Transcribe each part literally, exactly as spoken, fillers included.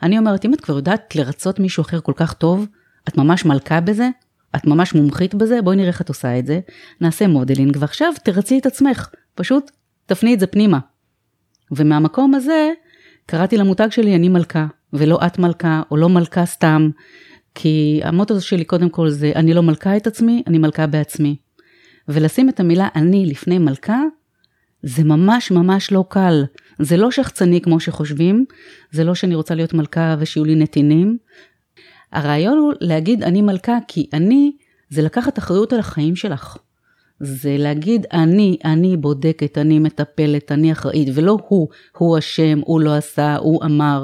אני אומרת, אם את כבר יודעת לרצות מישהו אחר כל כך טוב, את ממש מלכה בזה, את ממש מומחית בזה, בואי נראה איך את עושה את זה, נעשה מודלינג, ועכשיו תרצי את עצמך, פשוט תפני את זה פנימה. ומהמקום הזה, קראתי למותג שלי, אני מלכה, ולא את מלכה, או לא מלכה סתם, כי המוטו שלי קודם כל זה, אני לא מלכה את עצמי, אני מלכה בעצמי. ולשים את המילה אני לפני מלכה, זה ממש ממש לא קל. זה לא שחצני כמו שחושבים, זה לא שאני רוצה להיות מלכה ושיהיו לי נתינים. הרעיון הוא להגיד אני מלכה, כי אני זה לקחת אחריות על החיים שלך. זה להגיד אני, אני בודקת, אני מטפלת, אני אחראית, ולא הוא, הוא אשם, הוא לא עשה, הוא אמר.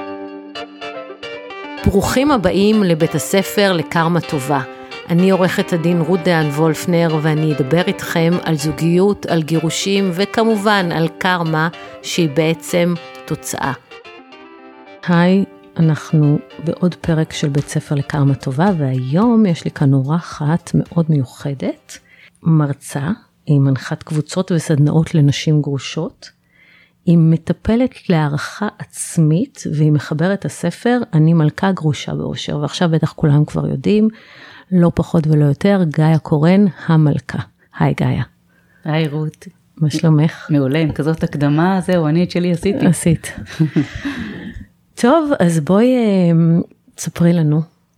ברוכים הבאים לבית הספר לקרמה טובה. אני עורכת הדין רות דהן וולפנר, ואני אדבר איתכם על זוגיות, על גירושים, וכמובן על קרמה שהיא בעצם תוצאה. היי, אנחנו בעוד פרק של בית ספר לקרמה טובה, והיום יש לי כאן אורחת מאוד מיוחדת, מרצה, היא מנחת קבוצות וסדנאות לנשים גרושות, היא מטפלת להערכה עצמית, והיא מחברת הספר אני מלכה גרושה באושר, ועכשיו בטח כולם כבר יודעים, לא פחות ולא יותר, גאיה קורן המלכה. היי גאיה. היי רות. מה שלומך? מעולה, עם כזאת הקדמה, זהו, אני את שלי עשיתי. עשית. טוב, אז בואי תספרי לנו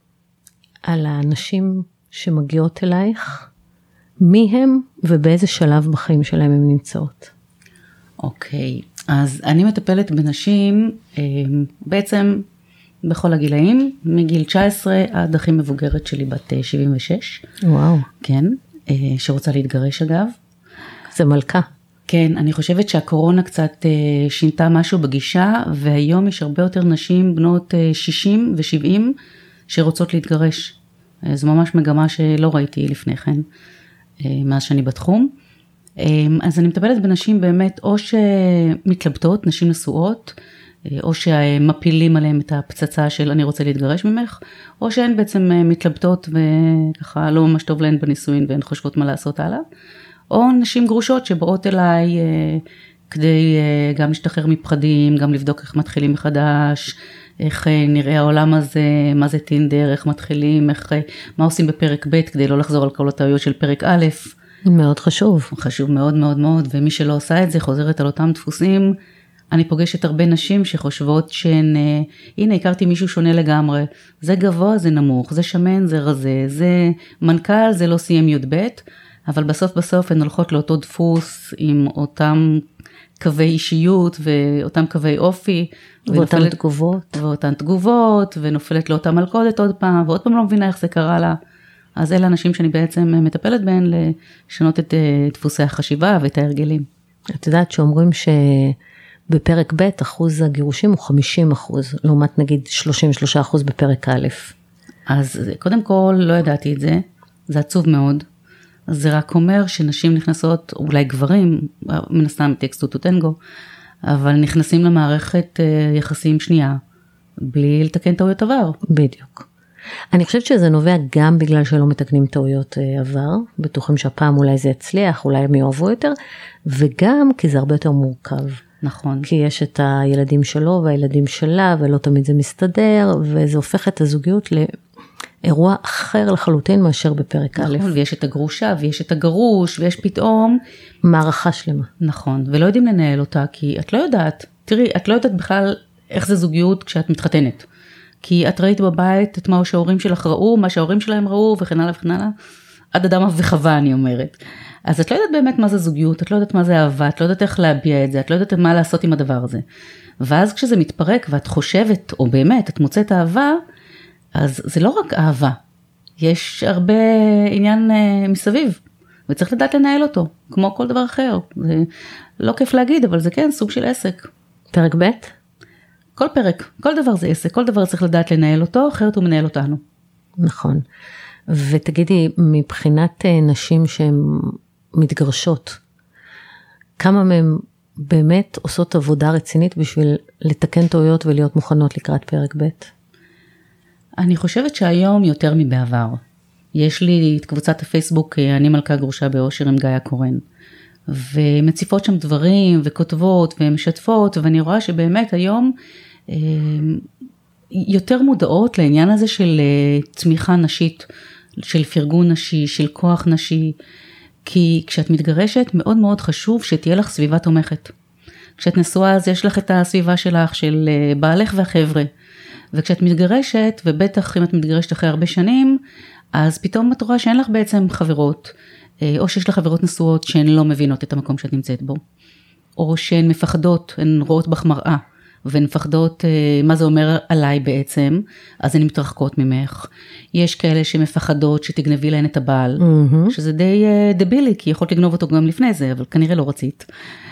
על האנשים שמגיעות אלייך, מי הם ובאיזה שלב בחיים שלהם הם נמצאות. אוקיי, אז אני מטפלת בנשים בעצם בכל הגילאים, מגיל תשע עשרה עד הכי מבוגרת שלי בת שבעים ושש. וואו. כן, שרוצה להתגרש אגב. זה מלכה. כן, אני חושבת שהקורונה קצת שינתה משהו בגישה, והיום יש הרבה יותר נשים בנות שישים ושבעים שרוצות להתגרש. זו ממש מגמה שלא ראיתי לפני כן, מאז שאני בתחום. אז אני מטפלת בנשים באמת, או שמתלבטות, נשים נשואות, או שמפילים עליהם את הפצצה של אני רוצה להתגרש ממך, או שהן בעצם מתלבטות וככה לא ממש טוב להן בנישואין והן חושבות מה לעשות הלאה, או נשים גרושות שבאות אליי כדי גם להשתחרר מפחדים, גם לבדוק איך מתחילים מחדש, איך נראה העולם הזה, מה זה טינדר, איך מתחילים, איך, מה עושים בפרק ב' כדי לא לחזור על כל הטעויות של פרק א'. מאוד חשוב. חשוב מאוד מאוד מאוד, ומי שלא עושה את זה חוזרת על אותם דפוסים. אני פוגשת הרבה נשים שחושבות שהן, הנה הכרתי מישהו שונה לגמרי, זה גבוה, זה נמוך, זה שמן, זה רזה, זה מנכ"ל, זה לא סיים י' ב', אבל בסוף בסוף הן הולכות לאותו דפוס עם אותם קווי אישיות ואותם קווי אופי. ואותן ונופלת, תגובות. ואותן תגובות, ונופלת לאותה מלכודת עוד פעם, ועוד פעם לא מבינה איך זה קרה לה. אז אלה אנשים שאני בעצם מטפלת בהן לשנות את דפוסי החשיבה ואת ההרגלים. את יודעת שאומרים שבפרק ב' אחוז הגירושים הוא חמישים אחוז, לעומת נגיד שלושים ושלושה אחוז בפרק א'. אז קודם כל לא ידעתי את זה, זה עצוב מאוד. זה רק אומר שנשים נכנסות, אולי גברים, מן הסתם טקסטו טו טנגו, אבל נכנסים למערכת יחסים שנייה, בלי לתקן טעויות עבר. בדיוק. אני חושבת שזה נובע גם בגלל שלא מתקנים טעויות עבר, בטוחים שהפעם אולי זה יצליח, אולי הם יאהבו יותר, וגם כי זה הרבה יותר מורכב. נכון. כי יש את הילדים שלו והילדים שלה, ולא תמיד זה מסתדר, וזה הופך את הזוגיות לאירוע אחר לחלוטין מאשר בפרק א'. נכון, ויש את הגרושה, ויש את הגרוש, ויש פתאום מערכה שלמה. נכון, ולא יודעים לנהל אותה, כי את לא יודעת, תראי, את לא יודעת בכלל איך זה זוגיות כשאת מתחתנת. כי את ראית בבית את מה שההורים שלך ראו, מה שההורים שלהם ראו, וכן הלאה וכן הלאה, עד אדם וחווה אני אומרת. אז את לא יודעת באמת מה זה זוגיות, את לא יודעת מה זה אהבה, את לא יודעת איך להביע את זה, את לא יודעת מה לעשות עם הדבר הזה. ואז כשזה מתפרק ואת חושבת, או באמת, את מוצאת אהבה, אז זה לא רק אהבה, יש הרבה עניין מסביב, וצריך לדעת לנהל אותו, כמו כל דבר אחר. זה לא כיף להגיד, אבל זה כן סוג של עסק. פרק ב'? כל פרק, כל דבר זה עסק, כל דבר צריך לדעת לנהל אותו, אחרת הוא מנהל אותנו. נכון. ותגידי, מבחינת נשים שהן מתגרשות, כמה מהן באמת עושות עבודה רצינית בשביל לתקן טעויות ולהיות מוכנות לקראת פרק ב'? אני חושבת שהיום יותר מבעבר. יש לי את קבוצת הפייסבוק, אני מלכה גרושה באושר עם גאיה קורן. ומציפות שם דברים וכותבות ומשתפות, ואני רואה שבאמת היום יותר מודעות לעניין הזה של תמיכה נשית, של פרגון נשי, של כוח נשי, כי כשאת מתגרשת מאוד מאוד חשוב שתהיה לך סביבה תומכת. כשאת נשואה אז יש לך את הסביבה שלך, של בעלך והחבר'ה, וכשאת מתגרשת, ובטח אם את מתגרשת אחרי הרבה שנים, אז פתאום את רואה שאין לך בעצם חברות, או שיש לך חברות נשואות שהן לא מבינות את המקום שאת נמצאת בו, או שהן מפחדות, הן רואות בך מראה, והן מפחדות מה זה אומר עליי בעצם, אז הן מתרחקות ממך. יש כאלה שמפחדות שתגנבי להן את הבעל, mm-hmm. שזה די דבילי, כי יכולת לגנוב אותו גם לפני זה, אבל כנראה לא רצית.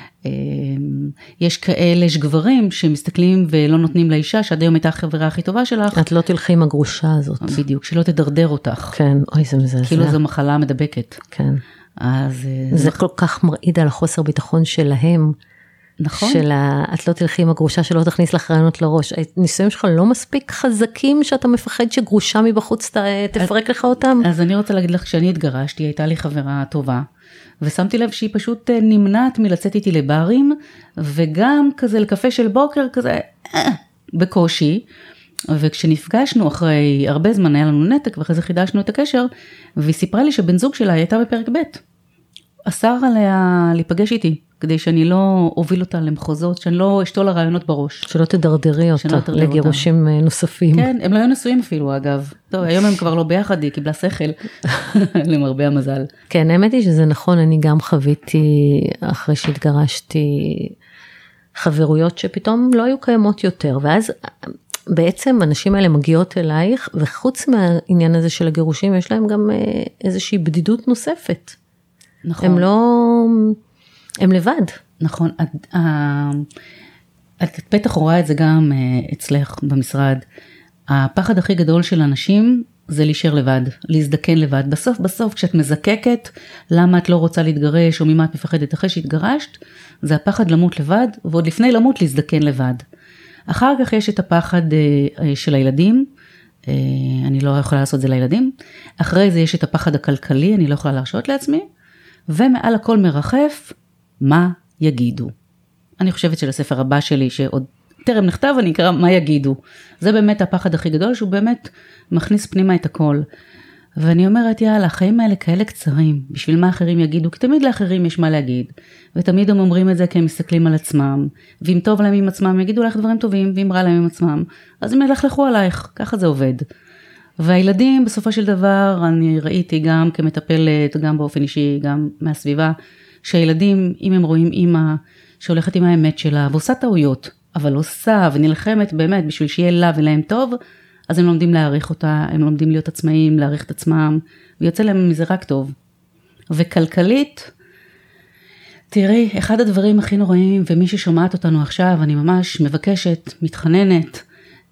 יש כאלה שגברים שמסתכלים ולא נותנים לאישה, שעד היום הייתה החברה הכי טובה שלך. את לא תלכי עם הגרושה הזאת. בדיוק, שלא תדרדר אותך. כן, אוי זה מזעזע. כאילו זו מחלה מדבקת. כן. אז... זה כל כך מרעיד על החוסר ביטחון שלהם. נכון. של את לא תלכי עם הגרושה שלא תכניס לך רעיונות לראש. הניסויים שלך לא מספיק חזקים שאתה מפחד שגרושה מבחוץ תפרק לך אותם? אז אני רוצה להגיד לך, כשאני התגרשתי, הייתה לי חברה טובה, ושמתי לב שהיא פשוט נמנעת מלצאת איתי לברים, וגם כזה לקפה של בוקר, כזה בקושי, וכשנפגשנו אחרי הרבה זמן, היה לנו נתק, ואחרי זה חידשנו את הקשר, והיא סיפרה לי שבן זוג שלה הייתה בפרק ב', אסר עליה להיפגש איתי, כדי שאני לא אוביל אותה למחוזות, שאני לא אשתול הרעיונות בראש. שלא תדרדרי אותה לגירושים נוספים. כן, הם לא היו נשואים אפילו אגב. טוב, היום הם כבר לא ביחד, היא קיבלה שכל, למרבה המזל. כן, האמת היא שזה נכון, אני גם חוויתי, אחרי שהתגרשתי, חברויות שפתאום לא היו קיימות יותר, ואז בעצם הנשים האלה מגיעות אלייך, וחוץ מהעניין הזה של הגירושים, יש להם גם איזושהי בדידות נוספת. נכון. הם לא... הם לבד. נכון, את, את בטח רואה את זה גם אצלך במשרד. הפחד הכי גדול של אנשים זה להישאר לבד, להזדקן לבד. בסוף בסוף כשאת מזקקת למה את לא רוצה להתגרש או ממה את מפחדת אחרי שהתגרשת, זה הפחד למות לבד, ועוד לפני למות להזדקן לבד. אחר כך יש את הפחד של הילדים, אני לא יכולה לעשות זה לילדים. אחרי זה יש את הפחד הכלכלי, אני לא יכולה להרשות לעצמי. ומעל הכל מרחף, מה יגידו? אני חושבת שלספר הבא שלי, שעוד טרם נכתב, אני אקרא מה יגידו. זה באמת הפחד הכי גדול, שהוא באמת מכניס פנימה את הכל. ואני אומרת, יאללה, החיים האלה כאלה קצרים, בשביל מה אחרים יגידו? כי תמיד לאחרים יש מה להגיד. ותמיד הם אומרים את זה כי הם מסתכלים על עצמם. ואם טוב להם עם עצמם, יגידו לך דברים טובים, ואם רע להם עם עצמם, אז הם ילכלכו עלייך. ככה זה עובד. והילדים בסופו של דבר, אני ראיתי גם כמטפלת, גם באופן אישי, גם מהסביבה, שהילדים, אם הם רואים אמא שהולכת עם האמת שלה, ועושה טעויות, אבל עושה ונלחמת באמת בשביל שיהיה לה ולהם טוב, אז הם לומדים להעריך אותה, הם לומדים להיות עצמאים, להעריך את עצמם, ויוצא להם מזה רק טוב. וכלכלית, תראי, אחד הדברים הכי נוראים, ומי ששומעת אותנו עכשיו, אני ממש מבקשת, מתחננת,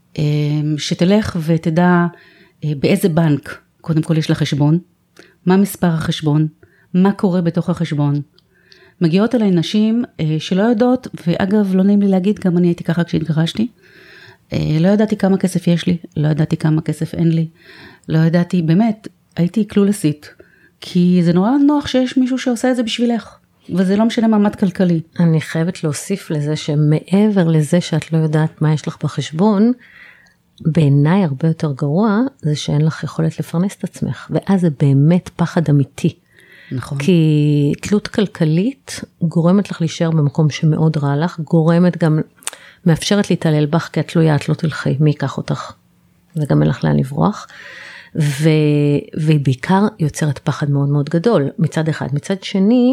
שתלך ותדע באיזה בנק, קודם כל יש לה חשבון, מה מספר החשבון, מה קורה בתוך החשבון. מגיעות אליי נשים שלא יודעות, ואגב לא נעים לי להגיד, גם אני הייתי ככה כשהתגרשתי, לא ידעתי כמה כסף יש לי, לא ידעתי כמה כסף אין לי, לא ידעתי, באמת, הייתי קלולסית, כי זה נורא נוח שיש מישהו שעושה את זה בשבילך, וזה לא משנה מעמד כלכלי. אני חייבת להוסיף לזה שמעבר לזה שאת לא יודעת מה יש לך בחשבון, בעיניי הרבה יותר גרוע, זה שאין לך יכולת לפרנס את עצמך, ואז זה באמת פחד אמיתי. נכון. כי תלות כלכלית גורמת לך להישאר במקום שמאוד רע לך, גורמת גם, מאפשרת להתעלל בך, כי את תלויה, את לא תלכי, מי ייקח אותך? וגם אין לך לאן לברוח. ו... והיא בעיקר יוצרת פחד מאוד מאוד גדול, מצד אחד. מצד שני,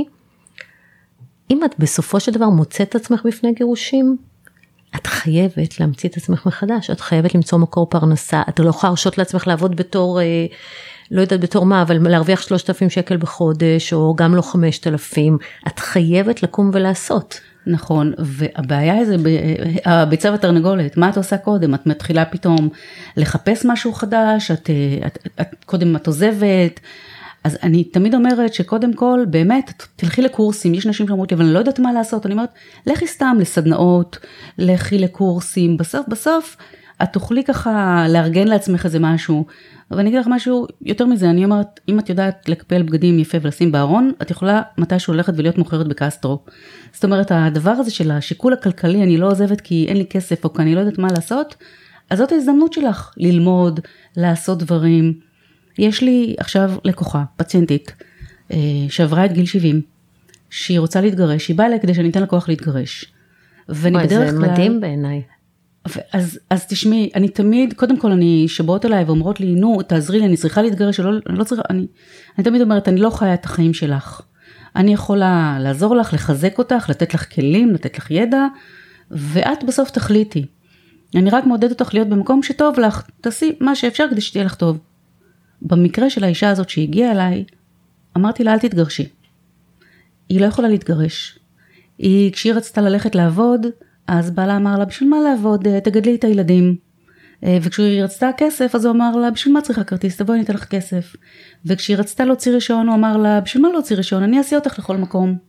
אם את בסופו של דבר מוצאת עצמך בפני גירושים, את חייבת להמציא את עצמך מחדש, את חייבת למצוא מקור פרנסה, את לא יכולה להרשות לעצמך לעבוד בתור, לא יודעת בתור מה, אבל להרוויח שלושת אלפים שקל בחודש, או גם לא חמשת אלפים, את חייבת לקום ולעשות. נכון, והבעיה זה הביצה והתרנגולת, מה את עושה קודם? את מתחילה פתאום לחפש משהו חדש, את, את, את, קודם את עוזבת, אז אני תמיד אומרת שקודם כל, באמת, תלכי לקורסים, יש נשים שאומרות לי, אבל אני לא יודעת מה לעשות, אני אומרת, לכי סתם לסדנאות, לכי לקורסים, בסוף, בסוף, את תוכלי ככה לארגן לעצמך איזה משהו, ואני אגיד לך משהו יותר מזה, אני אומרת, אם את יודעת לקפל בגדים יפה ולשים בארון, את יכולה מתישהו ללכת ולהיות מוכרת בקסטרו. זאת אומרת, הדבר הזה של השיקול הכלכלי, אני לא עוזבת כי אין לי כסף, או כי אני לא יודעת מה לעשות, אז זאת ההזדמנות שלך, ללמוד, לעשות דברים. יש לי עכשיו לקוחה, פציינטית, שעברה את גיל שבעים, שהיא רוצה להתגרש, היא באה אליי כדי שאני אתן לכוח להתגרש. ואני בדרך כלל... זה מדהים בעיניי. אז, אז תשמעי, אני תמיד, קודם כל אני שבועות אליי ואומרות לי, נו, תעזרי לי, אני צריכה להתגרש, לא, אני לא צריכה, אני, אני תמיד אומרת, אני לא חיה את החיים שלך. אני יכולה לעזור לך, לחזק אותך, לתת לך כלים, לתת לך ידע, ואת בסוף תחליטי. אני רק מעודדת אותך להיות במקום שטוב לך, תעשי מה שאפשר כדי שתהיה לך טוב. במקרה של האישה הזאת שהגיעה אליי, אמרתי לה, אל תתגרשי. היא לא יכולה להתגרש. היא, כשהיא רצתה ללכת לעבוד, אז בעלה אמר לה, בשביל מה לעבוד? תגדלי את הילדים. וכשהיא רצתה כסף, אז הוא אמר לה, בשביל מה צריכה כרטיס? תבואי, אני אתן לך כסף. וכשהיא רצתה להוציא רישיון, הוא אמר לה, בשביל מה להוציא רישיון? אני אסיע אותך לכל מקום.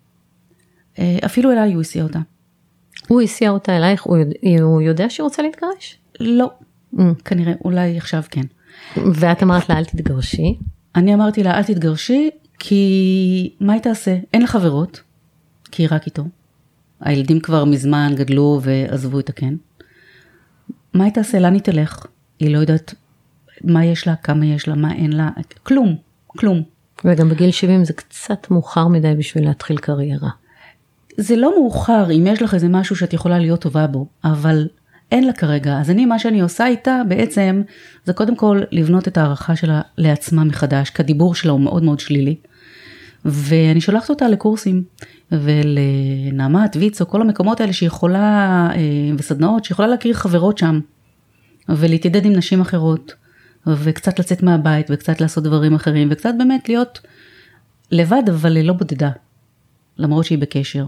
אפילו אליי הוא הסיע אותה. הוא הסיע אותה אלייך, הוא יודע, הוא יודע שהיא רוצה להתגרש? לא. Mm. כנראה, אולי עכשיו כן. ואת אמרת לה, אל תתגרשי? אני אמרתי לה, אל תתגרשי, כי מה היא תעשה? אין לה חברות, כי היא רק איתו. הילדים כבר מזמן גדלו ועזבו את הקן. מה היא תעשה? לאן היא תלך? היא לא יודעת מה יש לה, כמה יש לה, מה אין לה, כלום, כלום. וגם בגיל שבעים זה קצת מאוחר מדי בשביל להתחיל קריירה. זה לא מאוחר אם יש לך איזה משהו שאת יכולה להיות טובה בו, אבל אין לה כרגע. אז אני, מה שאני עושה איתה בעצם, זה קודם כל לבנות את הערכה שלה לעצמה מחדש, כי הדיבור שלה הוא מאוד מאוד שלילי. ואני שולחת אותה לקורסים, ולנעמת, ויצו, כל המקומות האלה שיכולה, וסדנאות, שיכולה להכיר חברות שם, ולהתיידד עם נשים אחרות, וקצת לצאת מהבית, וקצת לעשות דברים אחרים, וקצת באמת להיות לבד, אבל לא בודדה, למרות שהיא בקשר.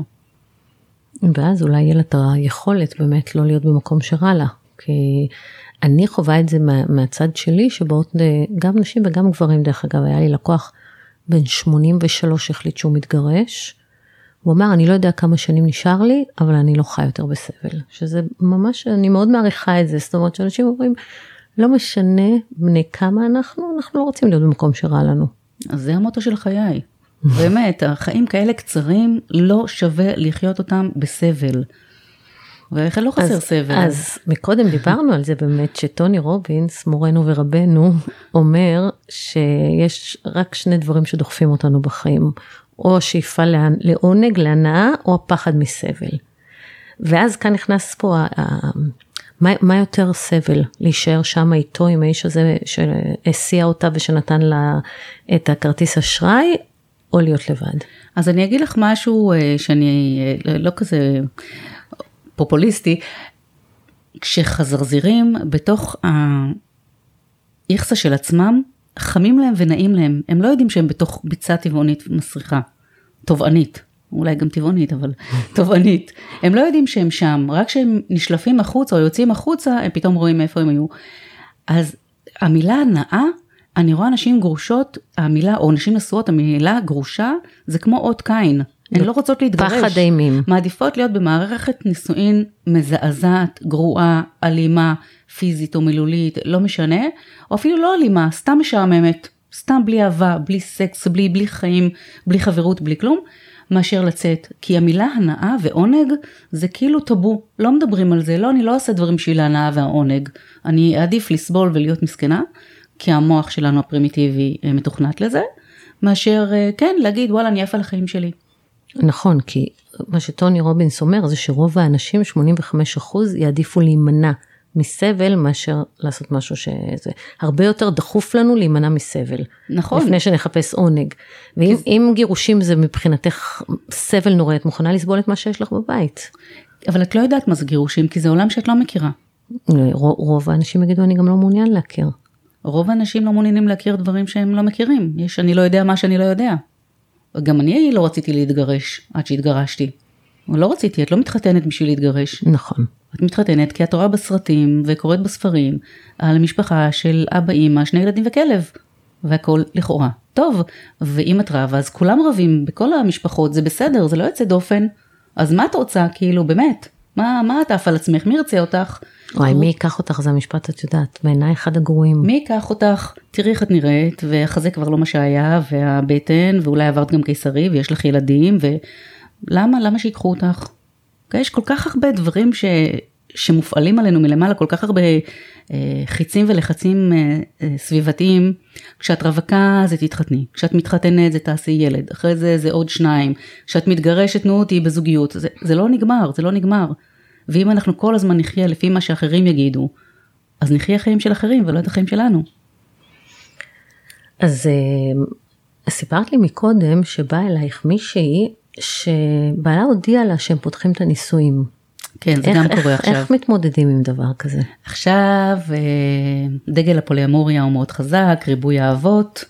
ואז אולי יהיה לה את היכולת באמת לא להיות במקום שרע לה, כי אני חווה את זה מה, מהצד שלי, שבאות גם נשים וגם גברים, דרך אגב, היה לי לקוח בן שמונים ושלוש החליט שהוא מתגרש, הוא אמר, אני לא יודע כמה שנים נשאר לי, אבל אני לא חי יותר בסבל, שזה ממש, אני מאוד מעריכה את זה, זאת אומרת שאנשים אומרים, לא משנה בני כמה אנחנו, אנחנו לא רוצים להיות במקום שרע לנו. אז זה המוטו של חיי. באמת, החיים כאלה קצרים, לא שווה לחיות אותם בסבל. ולכן לא חסר אז, סבל. אז מקודם דיברנו על זה באמת, שטוני רובינס, מורנו ורבנו, אומר שיש רק שני דברים שדוחפים אותנו בחיים, או השאיפה לעונג, להנאה, או הפחד מסבל. ואז כאן נכנס פה, מה, מה יותר סבל? להישאר שם איתו עם האיש הזה שהסיע אותה ושנתן לה את הכרטיס אשראי, או להיות לבד? אז אני אגיד לך משהו שאני לא כזה פופוליסטי, כשחזרזירים בתוך היחסה של עצמם, חמים להם ונעים להם, הם לא יודעים שהם בתוך ביצה טבעונית מסריחה, טובענית, אולי גם טבעונית, אבל טובענית, הם לא יודעים שהם שם, רק כשהם נשלפים החוצה או יוצאים החוצה, הם פתאום רואים איפה הם היו. אז המילה הנאה, אני רואה אנשים גרושות, המילה, או נשים נשואות, המילה גרושה, זה כמו אות קין, הן לא רוצות להתגרש. פחד אימים. מעדיפות להיות במערכת נישואין מזעזעת, גרועה, אלימה, פיזית או מילולית, לא משנה, או אפילו לא אלימה, סתם משעממת, סתם בלי אהבה, בלי סקס, בלי, בלי חיים, בלי חברות, בלי כלום, מאשר לצאת. כי המילה הנאה ועונג זה כאילו טאבו, לא מדברים על זה, לא, אני לא עושה דברים בשביל ההנאה והעונג, אני אעדיף לסבול ולהיות מסכנה, כי המוח שלנו הפרימיטיבי מתוכנת לזה, מאשר כן, להגיד וואלה אני עפה לחיים שלי. נכון, כי מה שטוני רובינס אומר, זה שרוב האנשים, שמונים וחמישה אחוז, יעדיפו להימנע מסבל, מאשר לעשות משהו שזה הרבה יותר דחוף לנו להימנע מסבל. נכון. לפני שנחפש עונג. ואם כי... אם גירושים זה מבחינתך סבל נורא, את מוכנה לסבול את מה שיש לך בבית. אבל את לא יודעת מה זה גירושים, כי זה עולם שאת לא מכירה. רוב, רוב האנשים יגידו, אני גם לא מעוניין להכיר. רוב האנשים לא מעוניינים להכיר דברים שהם לא מכירים. יש, אני לא יודע מה שאני לא יודע. גם אני לא רציתי להתגרש עד שהתגרשתי. לא רציתי, את לא מתחתנת בשביל להתגרש. נכון. את מתחתנת כי את רואה בסרטים וקוראת בספרים על המשפחה של אבא, אמא, שני ילדים וכלב. והכל לכאורה. טוב, ואם את רבה, אז כולם רבים בכל המשפחות, זה בסדר, זה לא יוצא דופן. אז מה את רוצה? כאילו, באמת. מה, מה את עף על עצמך? מי ירצה אותך? וואי, מי ייקח אותך? זה המשפט, את יודעת, בעיניי אחד הגרועים. מי ייקח אותך? תראי איך את נראית, והחזה כבר לא מה שהיה, והבטן, ואולי עברת גם קיסרי, ויש לך ילדים, ולמה? למה שיקחו אותך? יש כל כך הרבה דברים ש... שמופעלים עלינו מלמעלה כל כך הרבה חיצים ולחצים סביבתיים, כשאת רווקה זה תתחתני, כשאת מתחתנת זה תעשי ילד, אחרי זה זה עוד שניים, כשאת מתגרשת נו אותי בזוגיות, זה, זה לא נגמר, זה לא נגמר. ואם אנחנו כל הזמן נחיה לפי מה שאחרים יגידו, אז נחיה חיים של אחרים ולא את החיים שלנו. אז סיפרת לי מקודם שבא אלייך מישהי שבעלה הודיע לה שהם פותחים את הנישואים. כן, זה איך, גם איך, קורה עכשיו. איך מתמודדים עם דבר כזה? עכשיו, דגל הפוליאמוריה הוא מאוד חזק, ריבוי האהבות,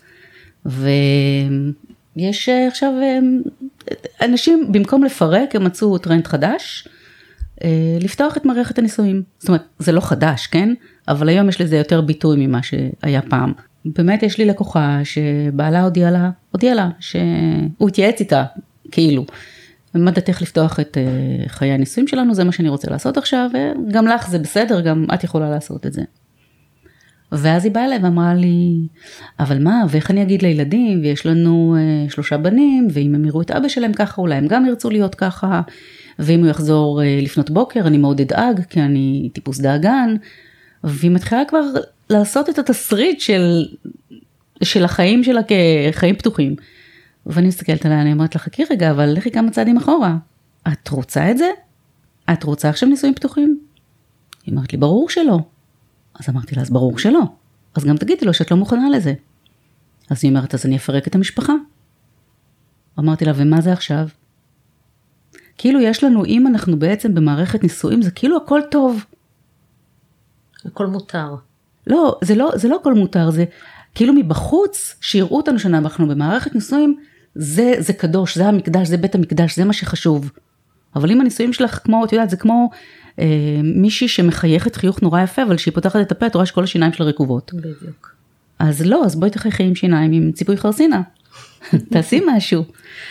ויש עכשיו, אנשים במקום לפרק, הם מצאו טרנד חדש, לפתוח את מערכת הנישואים. זאת אומרת, זה לא חדש, כן? אבל היום יש לזה יותר ביטוי ממה שהיה פעם. באמת יש לי לקוחה שבעלה הודיע לה, הודיע לה שהוא התייעץ איתה, כאילו. ומה דעתך לפתוח את uh, חיי הנישואים שלנו, זה מה שאני רוצה לעשות עכשיו, וגם לך זה בסדר, גם את יכולה לעשות את זה. ואז היא באה אליי ואמרה לי, אבל מה, ואיך אני אגיד לילדים, ויש לנו uh, שלושה בנים, ואם הם יראו את אבא שלהם ככה, אולי הם גם ירצו להיות ככה, ואם הוא יחזור uh, לפנות בוקר, אני מאוד אדאג, כי אני טיפוס דאגן, והיא מתחילה כבר לעשות את התסריט של, של החיים שלה כחיים פתוחים. ואני מסתכלת עליה, אני אומרת לה, חכי רגע, אבל לכי כמה צעדים אחורה. את רוצה את זה? את רוצה עכשיו נישואים פתוחים? היא אמרת לי, ברור שלא. אז אמרתי לה, אז ברור שלא. אז גם תגידי לו שאת לא מוכנה לזה. אז היא אומרת, אז אני אפרק את המשפחה. אמרתי לה, ומה זה עכשיו? כאילו יש לנו, אם אנחנו בעצם במערכת נישואים, זה כאילו הכל טוב. הכל מותר. לא, זה לא, זה לא הכל מותר, זה כאילו מבחוץ, שיראו אותנו שאנחנו במערכת נישואים, זה, זה קדוש, זה המקדש, זה בית המקדש, זה מה שחשוב. אבל אם הנישואים שלך כמו, את יודעת, זה כמו אה, מישהי שמחייכת חיוך נורא יפה, אבל שהיא פותחת את הפה, את רואה שכל השיניים שלה רקובות. בדיוק. אז לא, אז בואי תחייכי עם שיניים, עם ציפוי חרסינה. תעשי משהו.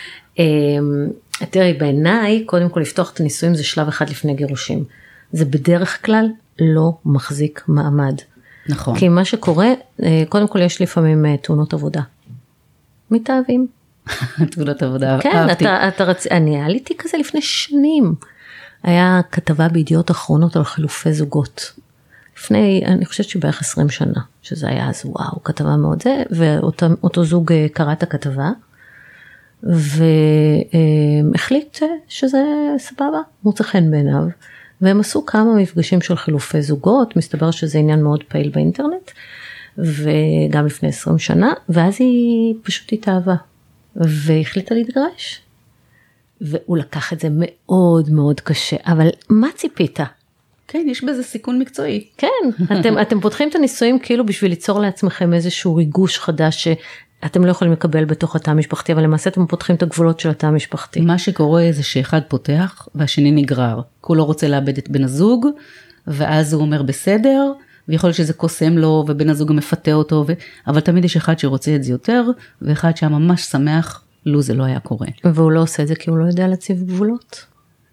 תראי, בעיניי, קודם כל לפתוח את הנישואים זה שלב אחד לפני גירושים. זה בדרך כלל לא מחזיק מעמד. נכון. כי מה שקורה, קודם כל יש לפעמים תאונות עבודה. מתאהבים. תאונות עבודה, כן, אהבתי. אתה, אתה רצ... אני עליתי כזה לפני שנים. היה כתבה בידיעות אחרונות על חילופי זוגות. לפני, אני חושבת שבערך עשרים שנה, שזה היה אז וואו, כתבה מאוד זה, ואותו זוג קרא את הכתבה, והחליט שזה סבבה, מוצא חן בעיניו, והם עשו כמה מפגשים של חילופי זוגות, מסתבר שזה עניין מאוד פעיל באינטרנט, וגם לפני עשרים שנה, ואז היא פשוט התאהבה, והחליטה להתגרש. והוא לקח את זה מאוד מאוד קשה, אבל מה ציפית? כן, יש בזה סיכון מקצועי. כן, אתם, אתם פותחים את הניסויים כאילו בשביל ליצור לעצמכם איזשהו ריגוש חדש שאתם לא יכולים לקבל בתוך התא המשפחתי, אבל למעשה אתם פותחים את הגבולות של התא המשפחתי. מה שקורה זה שאחד פותח והשני נגרר. הוא לא רוצה לאבד את בן הזוג, ואז הוא אומר בסדר, ויכול להיות שזה קוסם לו, ובן הזוג מפתה אותו, ו... אבל תמיד יש אחד שרוצה את זה יותר, ואחד שממש שמח, לו זה לא היה קורה. והוא לא עושה את זה כי הוא לא יודע להציב גבולות.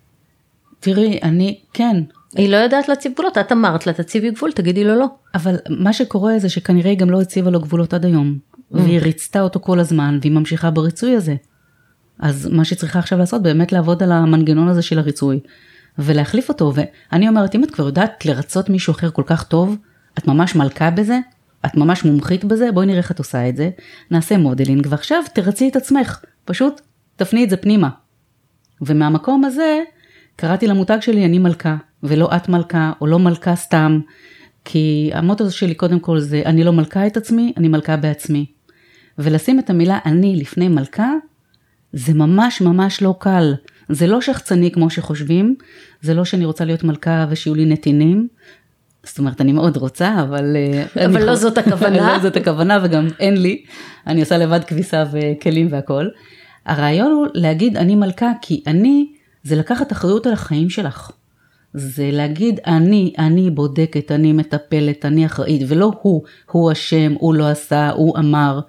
תראי, אני, כן. היא לא יודעת להציב גבולות, את אמרת לה, תציבי גבול, תגידי לו לא. אבל מה שקורה זה שכנראה היא גם לא הציבה לו גבולות עד היום, והיא ריצתה אותו כל הזמן, והיא ממשיכה בריצוי הזה. אז מה שצריכה עכשיו לעשות, באמת לעבוד על המנגנון הזה של הריצוי, ולהחליף אותו. ואני אומרת, אם את כבר יודעת לרצות מישהו אחר כל כך טוב, את ממש מלכה בזה, את ממש מומחית בזה, בואי נראה איך את עושה את זה, נעשה מודלינג, ועכשיו תרצי את עצמך, פשוט תפני את זה פנימה. ומהמקום הזה, קראתי למותג שלי, אני מלכה, ולא את מלכה, או לא מלכה סתם, כי המוטו שלי קודם כל זה, אני לא מלכה את עצמי, אני מלכה בעצמי. ולשים את המילה אני לפני מלכה, זה ממש ממש לא קל. זה לא שחצני כמו שחושבים, זה לא שאני רוצה להיות מלכה ושיהיו לי נתינים, זאת אומרת, אני מאוד רוצה, אבל... אבל לא זאת הכוונה. לא זאת הכוונה, וגם אין לי. אני עושה לבד כביסה וכלים והכל. הרעיון הוא להגיד, אני מלכה, כי אני, זה לקחת אחריות על החיים שלך. זה להגיד, אני, אני בודקת, אני מטפלת, אני אחראית, ולא הוא, הוא אשם, הוא לא עשה, הוא אמר.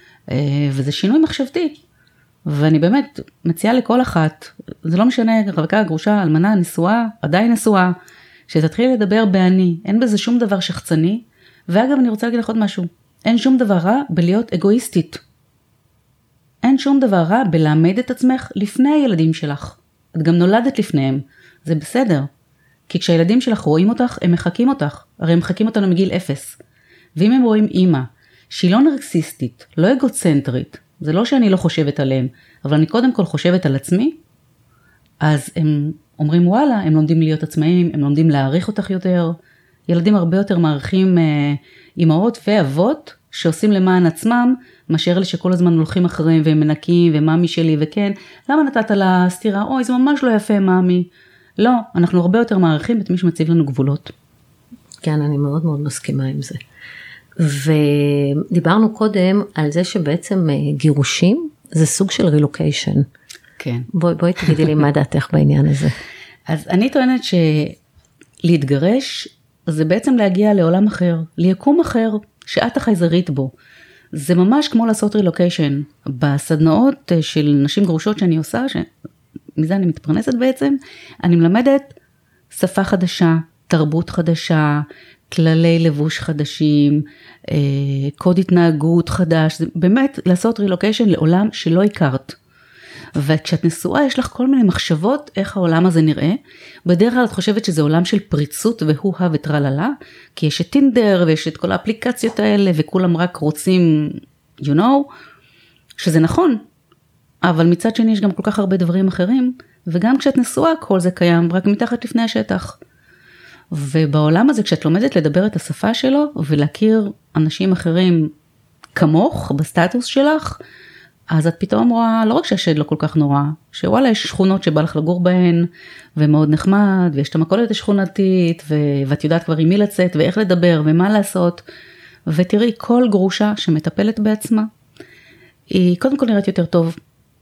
וזה שינוי מחשבתי. ואני באמת מציעה לכל אחת, זה לא משנה, רווקה, גרושה, אלמנה, נשואה, עדיין נשואה, שתתחיל לדבר באני, אין בזה שום דבר שחצני, ואגב אני רוצה להגיד לך עוד משהו, אין שום דבר רע בלהיות אגואיסטית, אין שום דבר רע בלעמד את עצמך לפני הילדים שלך, את גם נולדת לפניהם, זה בסדר, כי כשהילדים שלך רואים אותך, הם מחקים אותך, הרי הם מחקים אותנו מגיל אפס. ואם הם רואים אימא, שהיא לא נרקסיסטית, לא אגוצנטרית, זה לא שאני לא חושבת עליהם, אבל אני קודם כל חושבת על עצמי, אז הם אומרים וואלה, הם לומדים להיות עצמאים, הם לומדים להעריך אותך יותר, ילדים הרבה יותר מעריכים אה, אימהות ואבות, שעושים למען עצמם, מאשר אלה שכל הזמן הולכים אחריהם והם מנקים ומאמי שלי וכן, למה נתת לה סתירה? אוי, זה ממש לא יפה מאמי. לא, אנחנו הרבה יותר מעריכים את מי שמציב לנו גבולות. כן, אני מאוד מאוד מסכימה עם זה. ודיברנו קודם על זה שבעצם גירושים זה סוג של רילוקיישן. כן. בואי, בואי תגידי לי מה דעתך בעניין הזה. אז אני טוענת שלהתגרש זה בעצם להגיע לעולם אחר, ליקום אחר, שאת החייזרית בו. זה ממש כמו לעשות רילוקיישן. בסדנאות של נשים גרושות שאני עושה, שמזה אני מתפרנסת בעצם, אני מלמדת שפה חדשה, תרבות חדשה, כללי לבוש חדשים, קוד התנהגות חדש, זה באמת לעשות רילוקיישן לעולם שלא הכרת. וכשאת נשואה יש לך כל מיני מחשבות איך העולם הזה נראה, בדרך כלל את חושבת שזה עולם של פריצות והוא-הא וטרללה, כי יש את טינדר ויש את כל האפליקציות האלה וכולם רק רוצים, you know, שזה נכון, אבל מצד שני יש גם כל כך הרבה דברים אחרים, וגם כשאת נשואה כל זה קיים רק מתחת לפני השטח. ובעולם הזה כשאת לומדת לדבר את השפה שלו ולהכיר אנשים אחרים כמוך בסטטוס שלך, אז את פתאום רואה לא רק שהשד לא כל כך נורא, שוואלה יש שכונות שבא לך לגור בהן ומאוד נחמד ויש את המכולת השכונתית ו... ואת יודעת כבר עם מי לצאת ואיך לדבר ומה לעשות, ותראי כל גרושה שמטפלת בעצמה, היא קודם כל נראית יותר טוב,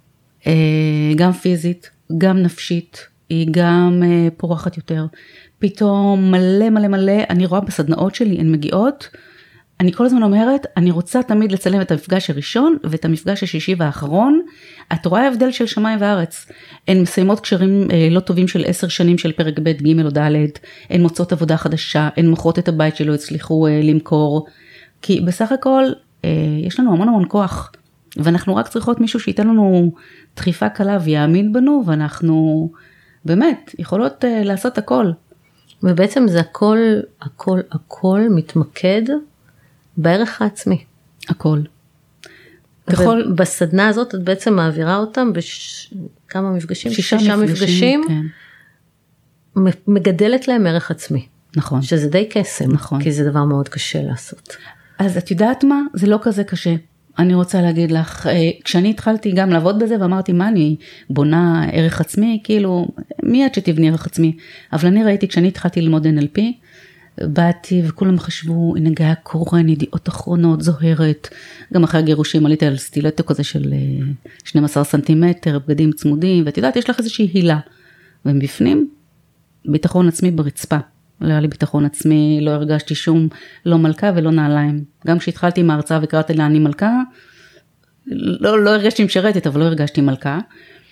גם פיזית, גם נפשית, היא גם פורחת יותר, פתאום מלא מלא מלא, אני רואה בסדנאות שלי, הן מגיעות, אני כל הזמן אומרת, אני רוצה תמיד לצלם את המפגש הראשון, ואת המפגש השישי והאחרון, את רואה הבדל של שמיים וארץ, הן מסיימות קשרים לא טובים של עשר שנים של פרק ב' ג' או ד', הן מוצאות עבודה חדשה, הן מוכרות את הבית שלא הצליחו למכור, כי בסך הכל יש לנו המון המון כוח, ואנחנו רק צריכות מישהו שייתן לנו דחיפה קלה ויאמין בנו, ואנחנו באמת יכולות לעשות הכל. ובעצם זה הכל, הכל, הכל מתמקד בערך העצמי. הכל. ככל... בסדנה הזאת את בעצם מעבירה אותם בכמה מפגשים? שישה, שישה מפגשים, מפגשים כן. מגדלת להם ערך עצמי. נכון. שזה די קסם, נכון. כי זה דבר מאוד קשה לעשות. אז את יודעת מה? זה לא כזה קשה. אני רוצה להגיד לך, כשאני התחלתי גם לעבוד בזה ואמרתי מה אני בונה ערך עצמי, כאילו מי את שתבני ערך עצמי? אבל אני ראיתי כשאני התחלתי ללמוד אן אל פי, באתי וכולם חשבו, הנה גיא קורן, ידיעות אחרונות, זוהרת, גם אחרי הגירושים עליתי על סטילטו כזה של שנים עשר סנטימטר, בגדים צמודים, ואת יודעת, יש לך איזושהי הילה, ומבפנים, ביטחון עצמי ברצפה, לא היה לי ביטחון עצמי, לא הרגשתי שום, לא מלכה ולא נעליים, גם כשהתחלתי עם ההרצאה וקראתי לה אני מלכה, לא, לא הרגשתי משרתת, אבל לא הרגשתי מלכה,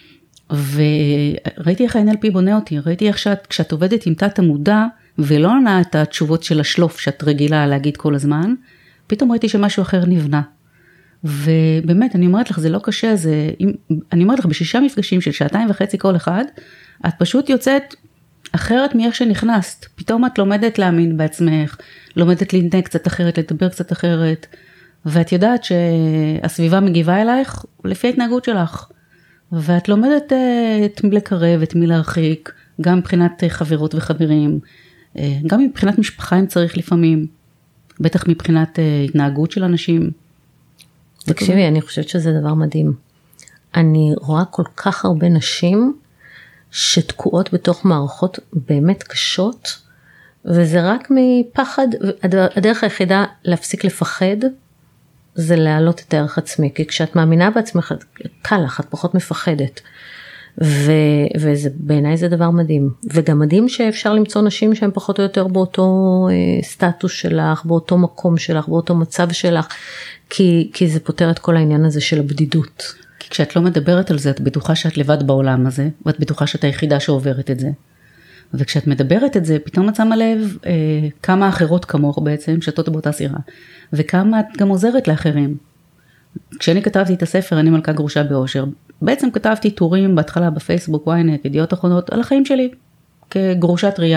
וראיתי איך ה-אן אל פי בונה אותי, ראיתי איך שאת, כשאת עובדת עם תת המודע, ולא עונה את התשובות של השלוף שאת רגילה להגיד כל הזמן, פתאום ראיתי שמשהו אחר נבנה. ובאמת, אני אומרת לך, זה לא קשה, זה, אני אומרת לך, בשישה מפגשים של שעתיים וחצי כל אחד, את פשוט יוצאת אחרת מאיך שנכנסת. פתאום את לומדת להאמין בעצמך, לומדת להתנהג קצת אחרת, לדבר קצת אחרת, ואת יודעת שהסביבה מגיבה אלייך לפי ההתנהגות שלך. ואת לומדת את מי לקרב, את מי להרחיק, גם מבחינת חברות וחברים, גם מבחינת משפחה אם צריך לפעמים, בטח מבחינת התנהגות של אנשים. תקשיבי, אני חושבת שזה דבר מדהים. אני רואה כל כך הרבה נשים שתקועות בתוך מערכות באמת קשות, וזה רק מפחד, הדרך היחידה להפסיק לפחד, זה להעלות את הערך עצמי, כי כשאת מאמינה בעצמך, קל לך, את פחות מפחדת. ו, וזה, בעיניי זה דבר מדהים, וגם מדהים שאפשר למצוא נשים שהן פחות או יותר באותו אה, סטטוס שלך, באותו מקום שלך, באותו מצב שלך, כי, כי זה פותר את כל העניין הזה של הבדידות. כי כשאת לא מדברת על זה, את בטוחה שאת לבד בעולם הזה, ואת בטוחה שאת היחידה שעוברת את זה. וכשאת מדברת את זה, פתאום את שמה לב אה, כמה אחרות כמוך בעצם, שתות באותה סירה, וכמה את גם עוזרת לאחרים. כשאני כתבתי את הספר, אני מלכה גרושה באושר, בעצם כתבתי טורים בהתחלה בפייסבוק, וויינט, ידיעות אחרונות, על החיים שלי, כגרושה טריה,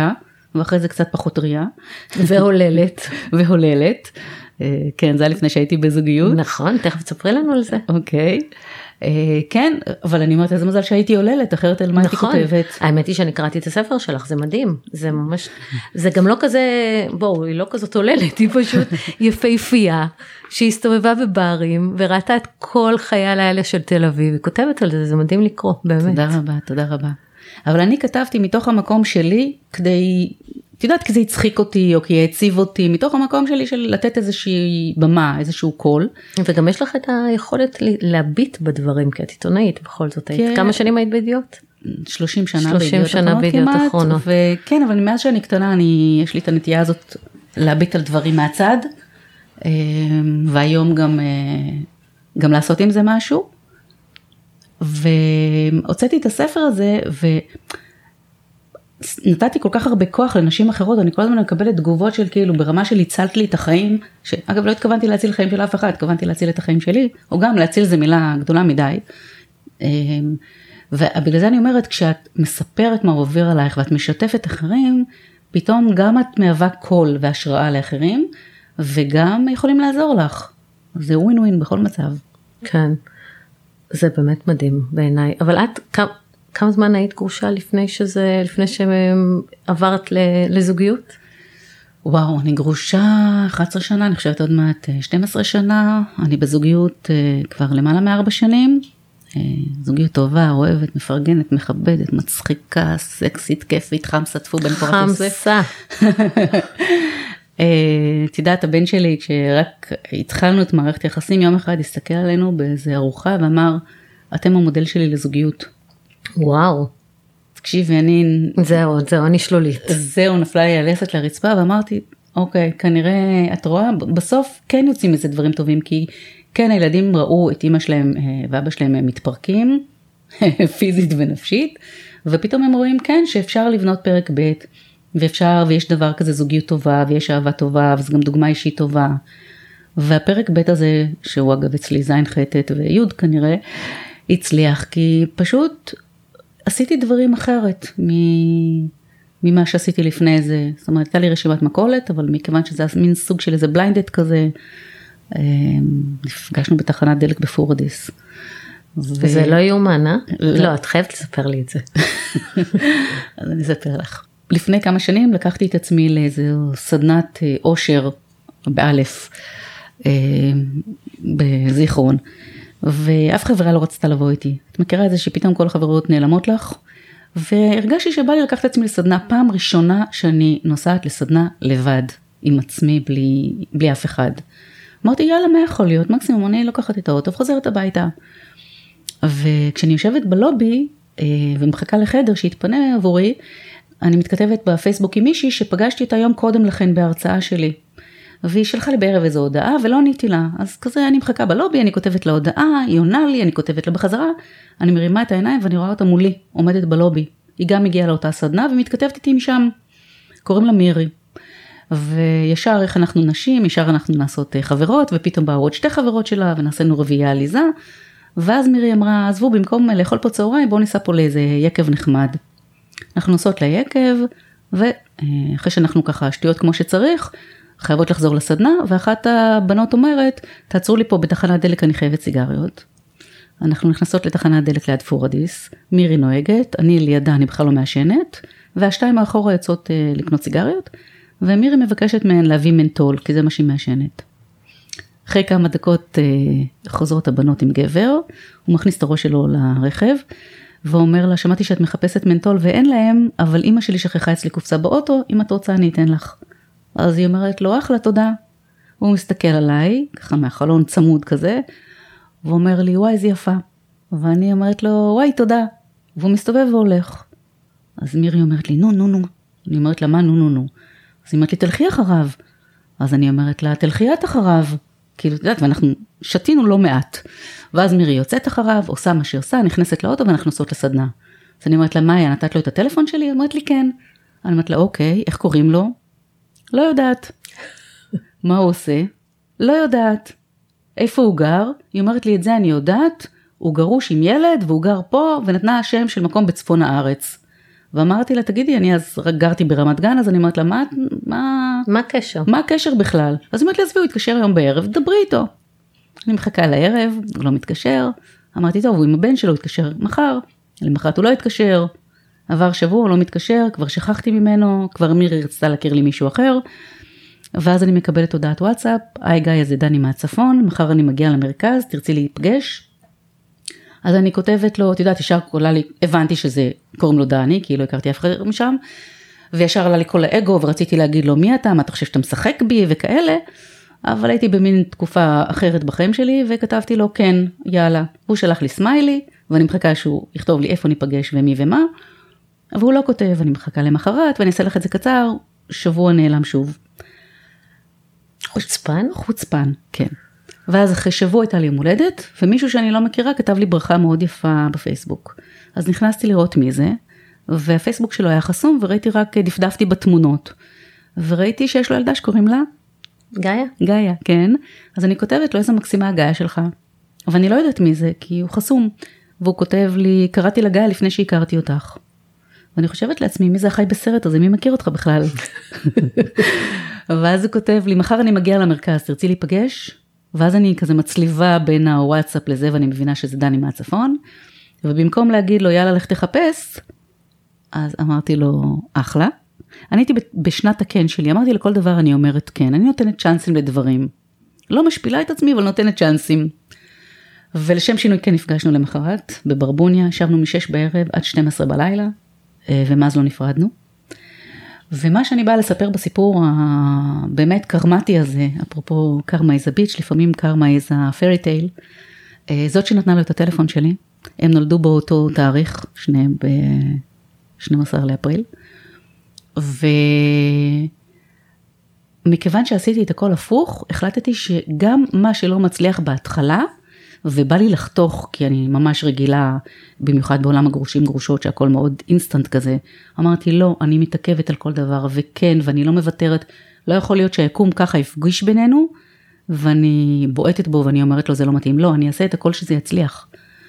ואחרי זה קצת פחות טריה. והוללת. והוללת. כן, זה היה לפני שהייתי בזוגיות. נכון, תכף תספרי לנו על זה. אוקיי. כן, אבל אני אומרת, איזה מזל שהייתי הוללת, אחרת על מה הייתי כותבת. האמת היא שאני קראתי את הספר שלך, זה מדהים. זה ממש, זה גם לא כזה, בואו, היא לא כזאת הוללת, היא פשוט יפהפייה, שהסתובבה בברים, וראתה את כל חיי הלילה של תל אביב, היא כותבת על זה, זה מדהים לקרוא, באמת. תודה רבה, תודה רבה. אבל אני כתבתי מתוך המקום שלי, כדי, את יודעת, כי זה הצחיק אותי, או כי העציב אותי, מתוך המקום שלי של לתת איזושהי במה, איזשהו קול. וגם יש לך את היכולת להביט בדברים, כי את עיתונאית בכל זאת. היית. כמה שנים היית בידיעות? שלושים שנה שלושים שנה בידיעות אחרונות. וכן, אבל מאז שאני קטנה, אני, יש לי את הנטייה הזאת להביט על דברים מהצד, והיום גם, גם לעשות עם זה משהו. והוצאתי את הספר הזה, ונתתי כל כך הרבה כוח לנשים אחרות, אני כל הזמן מקבלת תגובות של כאילו, ברמה של הצלת לי את החיים, שאגב לא התכוונתי להציל חיים של אף אחד, התכוונתי להציל את החיים שלי, או גם להציל זה מילה גדולה מדי. ובגלל זה אני אומרת, כשאת מספרת מה עובר עלייך, ואת משתפת אחרים, פתאום גם את מהווה קול והשראה לאחרים, וגם יכולים לעזור לך. זה ווין ווין בכל מצב. כן. זה באמת מדהים בעיניי, אבל את כמה, כמה זמן היית גרושה לפני שזה, לפני שעברת לזוגיות? וואו, אני גרושה אחת עשרה שנה, אני חושבת עוד מעט שתים עשרה שנה, אני בזוגיות כבר למעלה מארבע שנים, זוגיות טובה, אוהבת, מפרגנת, מכבדת, מצחיקה, סקסית, כיפית, חמסה, תפו בן פורת יוסף. חמסה. את יודעת, הבן שלי, כשרק התחלנו את מערכת יחסים, יום אחד הסתכל עלינו באיזו ארוחה ואמר, אתם המודל שלי לזוגיות. וואו. תקשיבי, אני... זהו, זהו, אני שלולית. זהו, נפלה לי הלסת לרצפה, ואמרתי, אוקיי, כנראה, את רואה, בסוף כן יוצאים איזה דברים טובים, כי כן, הילדים ראו את אמא שלהם ואבא שלהם מתפרקים, פיזית ונפשית, ופתאום הם רואים, כן, שאפשר לבנות פרק ב', ואפשר, ויש דבר כזה זוגיות טובה, ויש אהבה טובה, וזו גם דוגמה אישית טובה. והפרק ב' הזה, שהוא אגב אצלי זין חטט ויוד כנראה, הצליח, כי פשוט עשיתי דברים אחרת ממה שעשיתי לפני זה. זאת אומרת, הייתה לי רשימת מכולת, אבל מכיוון שזה מין סוג של איזה בליינדד כזה, נפגשנו בתחנת דלק בפורדיס. וזה לא יומן, אה? לא, את חייבת לספר לי את זה. אז אני אספר לך. לפני כמה שנים לקחתי את עצמי לאיזו סדנת אושר באלף בזיכרון, ואף חברה לא רצתה לבוא איתי. את מכירה את זה שפתאום כל החברות נעלמות לך? והרגשתי שבא לי לקחת את עצמי לסדנה, פעם ראשונה שאני נוסעת לסדנה לבד, עם עצמי, בלי, בלי אף אחד. אמרתי, יאללה, מה יכול להיות? מקסימום אני לוקחת את האוטו וחוזרת הביתה. וכשאני יושבת בלובי, ומחכה לחדר שהתפנה עבורי, אני מתכתבת בפייסבוק עם מישהי שפגשתי את היום קודם לכן בהרצאה שלי. והיא שלחה לי בערב איזו הודעה ולא עניתי לה. אז כזה אני מחכה בלובי, אני כותבת לה הודעה, היא עונה לי, אני כותבת לה בחזרה, אני מרימה את העיניים ואני רואה אותה מולי, עומדת בלובי. היא גם הגיעה לאותה סדנה ומתכתבת איתי משם. קוראים לה מירי. וישר איך אנחנו נשים, ישר אנחנו נעשות חברות, ופתאום באו עוד שתי חברות שלה ונעשינו רביעייה עליזה. ואז מירי אמרה, עזבו, במקום לאכול פה צהריים, בואו ניסע פה לאיזה יקב נחמד. אנחנו נוסעות ליקב, ואחרי שאנחנו ככה שטויות כמו שצריך, חייבות לחזור לסדנה, ואחת הבנות אומרת, תעצרו לי פה בתחנת דלק, אני חייבת סיגריות. אנחנו נכנסות לתחנת דלק ליד פורדיס, מירי נוהגת, אני לידה, אני בכלל לא מעשנת, והשתיים האחורה יוצאות לקנות סיגריות, ומירי מבקשת מהן להביא מנטול, כי זה מה שהיא מעשנת. אחרי כמה דקות חוזרות הבנות עם גבר, הוא מכניס את הראש שלו לרכב, ואומר לה, שמעתי שאת מחפשת מנטול ואין להם, אבל אמא שלי שכחה אצלי קופסה באוטו, אם את רוצה אני אתן לך. אז היא אומרת לו, אחלה, תודה. הוא מסתכל עליי, ככה מהחלון צמוד כזה, ואומר לי, וואי, זה יפה. ואני אומרת לו, וואי, תודה. והוא מסתובב והולך. אז מירי אומרת לי, נו, נו, נו. אני אומרת לה, מה, נו, נו, נו. אז היא אומרת לי, תלכי אחריו. אז אני אומרת לה, תלכי את אחריו. כאילו, את יודעת, ואנחנו שתינו לא מעט. ואז מירי יוצאת אחריו, עושה מה שהיא עושה, נכנסת לאוטו ואנחנו נוסעות לסדנה. אז אני אומרת לה, מאיה, נתת לו את הטלפון שלי? היא אומרת לי, כן. אני אומרת לה, אוקיי, איך קוראים לו? לא יודעת. מה הוא עושה? לא יודעת. איפה הוא גר? היא אומרת לי, את זה אני יודעת. הוא גרוש עם ילד והוא גר פה, ונתנה השם של מקום בצפון הארץ. ואמרתי לה, תגידי, אני אז גרתי ברמת גן, אז אני אומרת לה, מה, מה, מה הקשר? מה הקשר בכלל? אז היא אומרת לי, עזבי, הוא התקשר היום בערב, דברי איתו. אני מחכה לערב, הוא לא מתקשר, אמרתי, טוב, הוא עם הבן שלו, הוא התקשר מחר, למחרת הוא לא התקשר, עבר שבוע, הוא לא מתקשר, כבר שכחתי ממנו, כבר מירי רצתה להכיר לי מישהו אחר, ואז אני מקבלת הודעת וואטסאפ, היי גיא, זה דני מהצפון, מחר אני מגיעה למרכז, תרצי להיפגש? אז אני כותבת לו, את יודעת, ישר עולה לי, הבנתי שזה, קוראים לו דני, כי לא הכרתי אף אחד משם, וישר עלה לי כל האגו, ורציתי להגיד לו, מי אתה, מה אתה חושב שאתה משחק בי, וכאלה, אבל הייתי במין תקופה אחרת בחיים שלי, וכתבתי לו, כן, יאללה, הוא שלח לי סמיילי, ואני מחכה שהוא יכתוב לי איפה ניפגש ומי ומה, והוא לא כותב, אני מחכה למחרת, ואני אעשה לך את זה קצר, שבוע נעלם שוב. חוצפן? חוצפן, כן. ואז אחרי שבוע הייתה לי יום הולדת, ומישהו שאני לא מכירה כתב לי ברכה מאוד יפה בפייסבוק. אז נכנסתי לראות מי זה, והפייסבוק שלו היה חסום, וראיתי רק, דפדפתי בתמונות, וראיתי שיש לו ילדה שקוראים לה, גאיה? גאיה, כן. אז אני כותבת לו, איזה מקסימה הגאיה שלך. אבל אני לא יודעת מי זה, כי הוא חסום. והוא כותב לי, קראתי לגאיה לפני שהכרתי אותך. ואני חושבת לעצמי, מי זה החי בסרט הזה, מי מכיר אותך בכלל? ואז הוא כותב לי, מחר אני מגיע למרכז, תרצי להיפגש? ואז אני כזה מצליבה בין הוואטסאפ לזה, ואני מבינה שזה דני מהצפון. ובמקום להגיד לו, יאללה, לך תחפש, אז אמרתי לו, אחלה. אני הייתי בשנת הכן שלי, אמרתי לכל דבר אני אומרת כן, אני נותנת צ'אנסים לדברים. לא משפילה את עצמי, אבל נותנת צ'אנסים. ולשם שינוי כן נפגשנו למחרת, בברבוניה, ישבנו משש בערב עד שתים עשרה בלילה, ומאז לא נפרדנו. ומה שאני באה לספר בסיפור הבאמת קרמטי הזה, אפרופו קרמה is a bitch, לפעמים קרמה is a fairy tale, זאת שנתנה לו את הטלפון שלי, הם נולדו באותו תאריך, שניהם ב-שנים עשר לאפריל, ומכיוון שעשיתי את הכל הפוך, החלטתי שגם מה שלא מצליח בהתחלה, ובא לי לחתוך, כי אני ממש רגילה, במיוחד בעולם הגרושים גרושות, שהכל מאוד אינסטנט כזה, אמרתי לא, אני מתעכבת על כל דבר, וכן, ואני לא מוותרת, לא יכול להיות שהיקום ככה יפגיש בינינו, ואני בועטת בו, ואני אומרת לו זה לא מתאים, לא, אני אעשה את הכל שזה יצליח.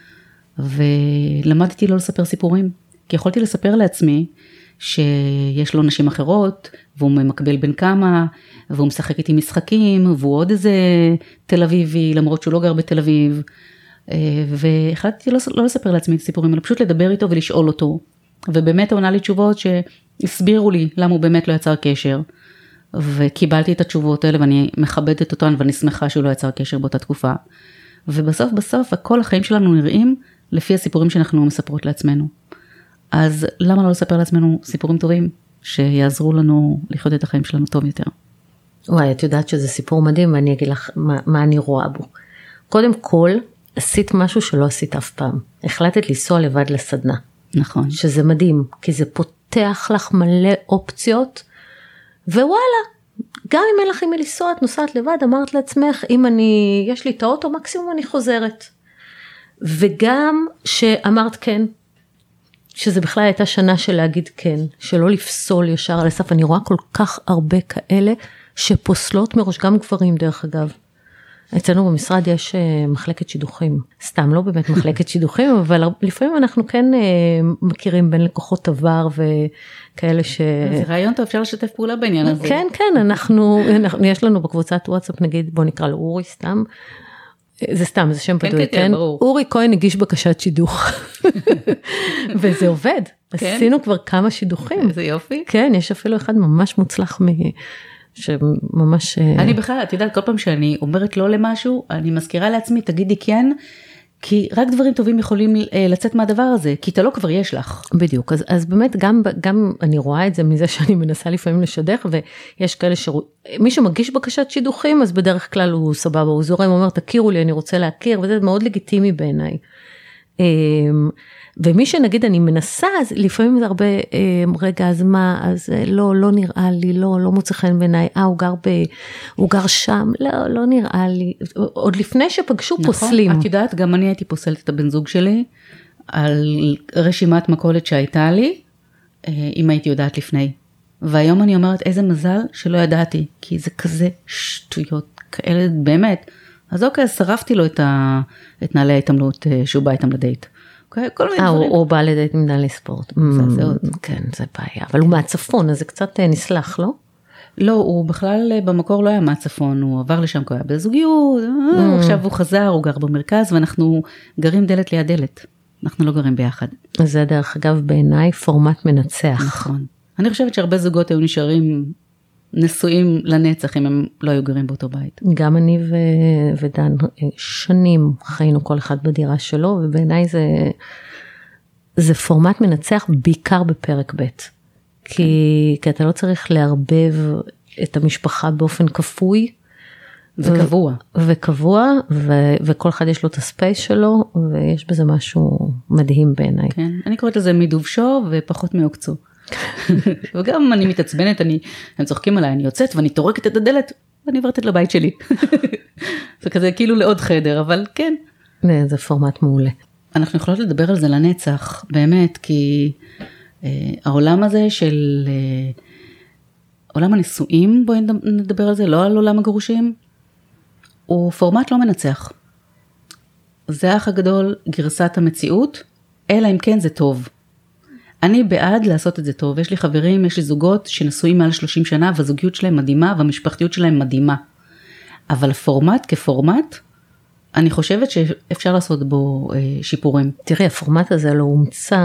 ולמדתי לא לספר סיפורים, כי יכולתי לספר לעצמי, שיש לו נשים אחרות, והוא ממקבל בין כמה, והוא משחק איתי משחקים, והוא עוד איזה תל אביבי, למרות שהוא לא גר בתל אביב, והחלטתי לא, לא לספר לעצמי את הסיפורים, אלא פשוט לדבר איתו ולשאול אותו, ובאמת הוא עונה לי תשובות שהסבירו לי למה הוא באמת לא יצר קשר, וקיבלתי את התשובות האלה, ואני מכבדת אותן, ואני שמחה שהוא לא יצר קשר באותה תקופה, ובסוף בסוף, כל החיים שלנו נראים לפי הסיפורים שאנחנו מספרות לעצמנו. אז למה לא לספר לעצמנו סיפורים טובים, שיעזרו לנו לחיות את החיים שלנו טוב יותר? וואי, את יודעת שזה סיפור מדהים, ואני אגיד לך מה, מה אני רואה בו. קודם כל, עשית משהו שלא עשית אף פעם. החלטת לנסוע לבד לסדנה. נכון. שזה מדהים, כי זה פותח לך מלא אופציות, ווואלה, גם אם אין לך עם מי לנסוע, את נוסעת לבד, אמרת לעצמך, אם אני, יש לי את האוטו, מקסימום אני חוזרת. וגם שאמרת כן, שזה בכלל הייתה שנה של להגיד כן, שלא לפסול ישר על הסף, אני רואה כל כך הרבה כאלה, שפוסלות מראש, גם גברים דרך אגב. אצלנו במשרד יש מחלקת שידוכים, סתם לא באמת מחלקת שידוכים, אבל לפעמים אנחנו כן מכירים בין לקוחות עבר וכאלה ש... זה רעיון טוב, אפשר לשתף פעולה בעניין הזה. כן, כן, אנחנו, יש לנו בקבוצת וואטסאפ, נגיד, בוא נקרא לו אורי סתם, זה סתם, זה שם פדוי, כן? אורי כהן הגיש בקשת שידוך, וזה עובד, עשינו כבר כמה שידוכים. איזה יופי. כן, יש אפילו אחד ממש מוצלח מ... שממש... אני בכלל, את יודעת, כל פעם שאני אומרת לא למשהו, אני מזכירה לעצמי, תגידי כן, כי רק דברים טובים יכולים לצאת מהדבר הזה, כי אתה לא כבר יש לך. בדיוק, אז, אז באמת גם, גם אני רואה את זה מזה שאני מנסה לפעמים לשדך, ויש כאלה שמי שמגיש בקשת שידוכים, אז בדרך כלל הוא סבבה, הוא זורם, הוא אומר, תכירו לי, אני רוצה להכיר, וזה מאוד לגיטימי בעיניי. ומי שנגיד אני מנסה, אז לפעמים זה הרבה, רגע, אז מה, אז לא, לא נראה לי, לא, לא מוצא חן בעיניי, אה, הוא גר ב, הוא גר שם, לא, לא נראה לי, עוד לפני שפגשו נכון, פוסלים. את יודעת, גם אני הייתי פוסלת את הבן זוג שלי, על רשימת מכולת שהייתה לי, אם הייתי יודעת לפני. והיום אני אומרת, איזה מזל שלא ידעתי, כי זה כזה שטויות כאלה, באמת. אז אוקיי, שרפתי לו את, ה, את נעלי ההתעמלות שהוא בא איתם לדייט. כל מיני אה, דברים. הוא בא לדעת עם מנהלי ספורט. מזעזעות. כן, זה בעיה. אבל הוא מהצפון, אז זה קצת נסלח, לא? לא, הוא בכלל במקור לא היה מהצפון, הוא עבר לשם, הוא היה בזוגיות, עכשיו הוא חזר, הוא גר במרכז, ואנחנו גרים דלת ליד דלת. אנחנו לא גרים ביחד. זה דרך אגב בעיניי פורמט מנצח. נכון. אני חושבת שהרבה זוגות היו נשארים נשואים לנצח, אם הם לא היו גרים באותו בית. גם אני ו- ודן שנים חיינו כל אחד בדירה שלו, ובעיניי זה, זה פורמט מנצח בעיקר בפרק ב'. כי, כי אתה לא צריך לערבב את המשפחה באופן כפוי. וקבוע. ו- וקבוע, ו- וכל אחד יש לו את הספייס שלו, ויש בזה משהו מדהים בעיניי. כן, אני קוראת לזה מדובשו ופחות מעוקצו. וגם אני מתעצבנת, אני, הם צוחקים עליי, אני יוצאת ואני תורקת את הדלת, ואני עברתת לבית שלי. זה כזה כאילו לעוד חדר, אבל כן. זה פורמט מעולה. אנחנו יכולות לדבר על זה לנצח, באמת, כי אה, העולם הזה של אה, עולם הנישואים, בואי נדבר על זה, לא על עולם הגרושים, הוא פורמט לא מנצח. זה האח הגדול, גרסת המציאות, אלא אם כן זה טוב. אני בעד לעשות את זה טוב, יש לי חברים, יש לי זוגות שנשואים מעל שלושים שנה, והזוגיות שלהם מדהימה, והמשפחתיות שלהם מדהימה. אבל פורמט כפורמט, אני חושבת שאפשר לעשות בו אה, שיפורים. תראי, הפורמט הזה לא הומצא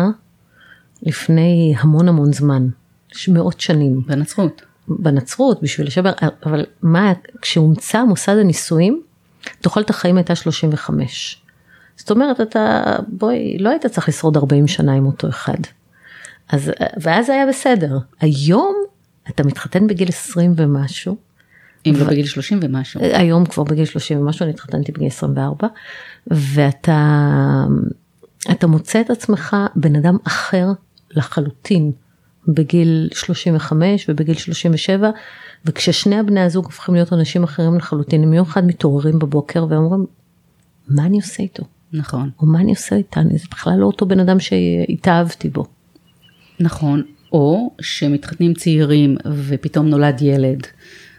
לפני המון המון זמן, מאות שנים. בנצרות. בנצרות, בשביל לשבר, אבל מה, כשהומצא מוסד הנישואים, תוחלת החיים הייתה שלושים וחמש. זאת אומרת, אתה, בואי, לא היית צריך לשרוד ארבעים שנה עם אותו אחד. אז, ואז היה בסדר. היום, אתה מתחתן בגיל עשרים ומשהו. אם ו... לא בגיל שלושים ומשהו. היום כבר בגיל שלושים ומשהו, אני התחתנתי בגיל עשרים וארבע, ואתה, אתה מוצא את עצמך בן אדם אחר לחלוטין, בגיל שלושים וחמש ובגיל שלושים ושבע, וכששני הבני הזוג הופכים להיות אנשים אחרים לחלוטין, הם יום אחד מתעוררים בבוקר ואומרים, מה אני עושה איתו? נכון. או מה אני עושה איתה? זה בכלל לא אותו בן אדם שהתאהבתי בו. נכון, או שמתחתנים צעירים ופתאום נולד ילד,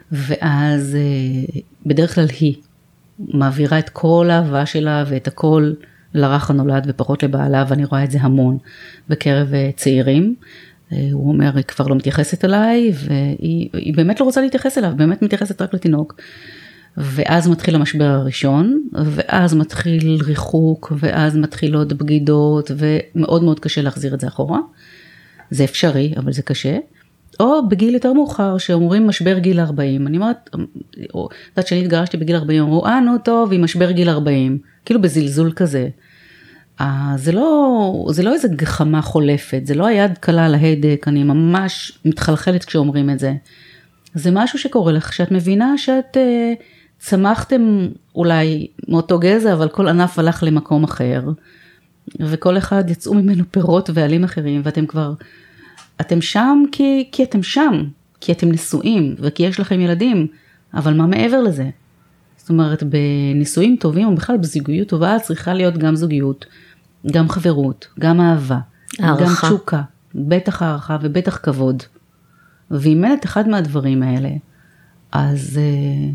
ואז בדרך כלל היא מעבירה את כל האהבה שלה ואת הכל לרך הנולד ופחות לבעלה, ואני רואה את זה המון בקרב צעירים. הוא אומר, היא כבר לא מתייחסת אליי, והיא באמת לא רוצה להתייחס אליו, באמת מתייחסת רק לתינוק. ואז מתחיל המשבר הראשון, ואז מתחיל ריחוק, ואז מתחילות בגידות, ומאוד מאוד קשה להחזיר את זה אחורה. זה אפשרי, אבל זה קשה. או בגיל יותר מאוחר, שאומרים משבר גיל ארבעים. אני אומרת, יודעת שאני התגרשתי בגיל ארבעים, אמרו, אה, נו טוב, עם משבר גיל ארבעים. כאילו בזלזול כזה. זה לא, זה לא איזה גחמה חולפת, זה לא היד קלה על ההדק, אני ממש מתחלחלת כשאומרים את זה. זה משהו שקורה לך, שאת מבינה שאת uh, צמחתם אולי מאותו גזע, אבל כל ענף הלך למקום אחר, וכל אחד יצאו ממנו פירות ועלים אחרים, ואתם כבר, אתם שם כי, כי אתם שם, כי אתם נשואים, וכי יש לכם ילדים, אבל מה מעבר לזה? זאת אומרת, בנישואים טובים, או בכלל בזוגיות טובה, צריכה להיות גם זוגיות, גם חברות, גם אהבה, הערכה. גם תשוקה, בטח הערכה ובטח כבוד. ואם אין את אחד מהדברים האלה, אז uh,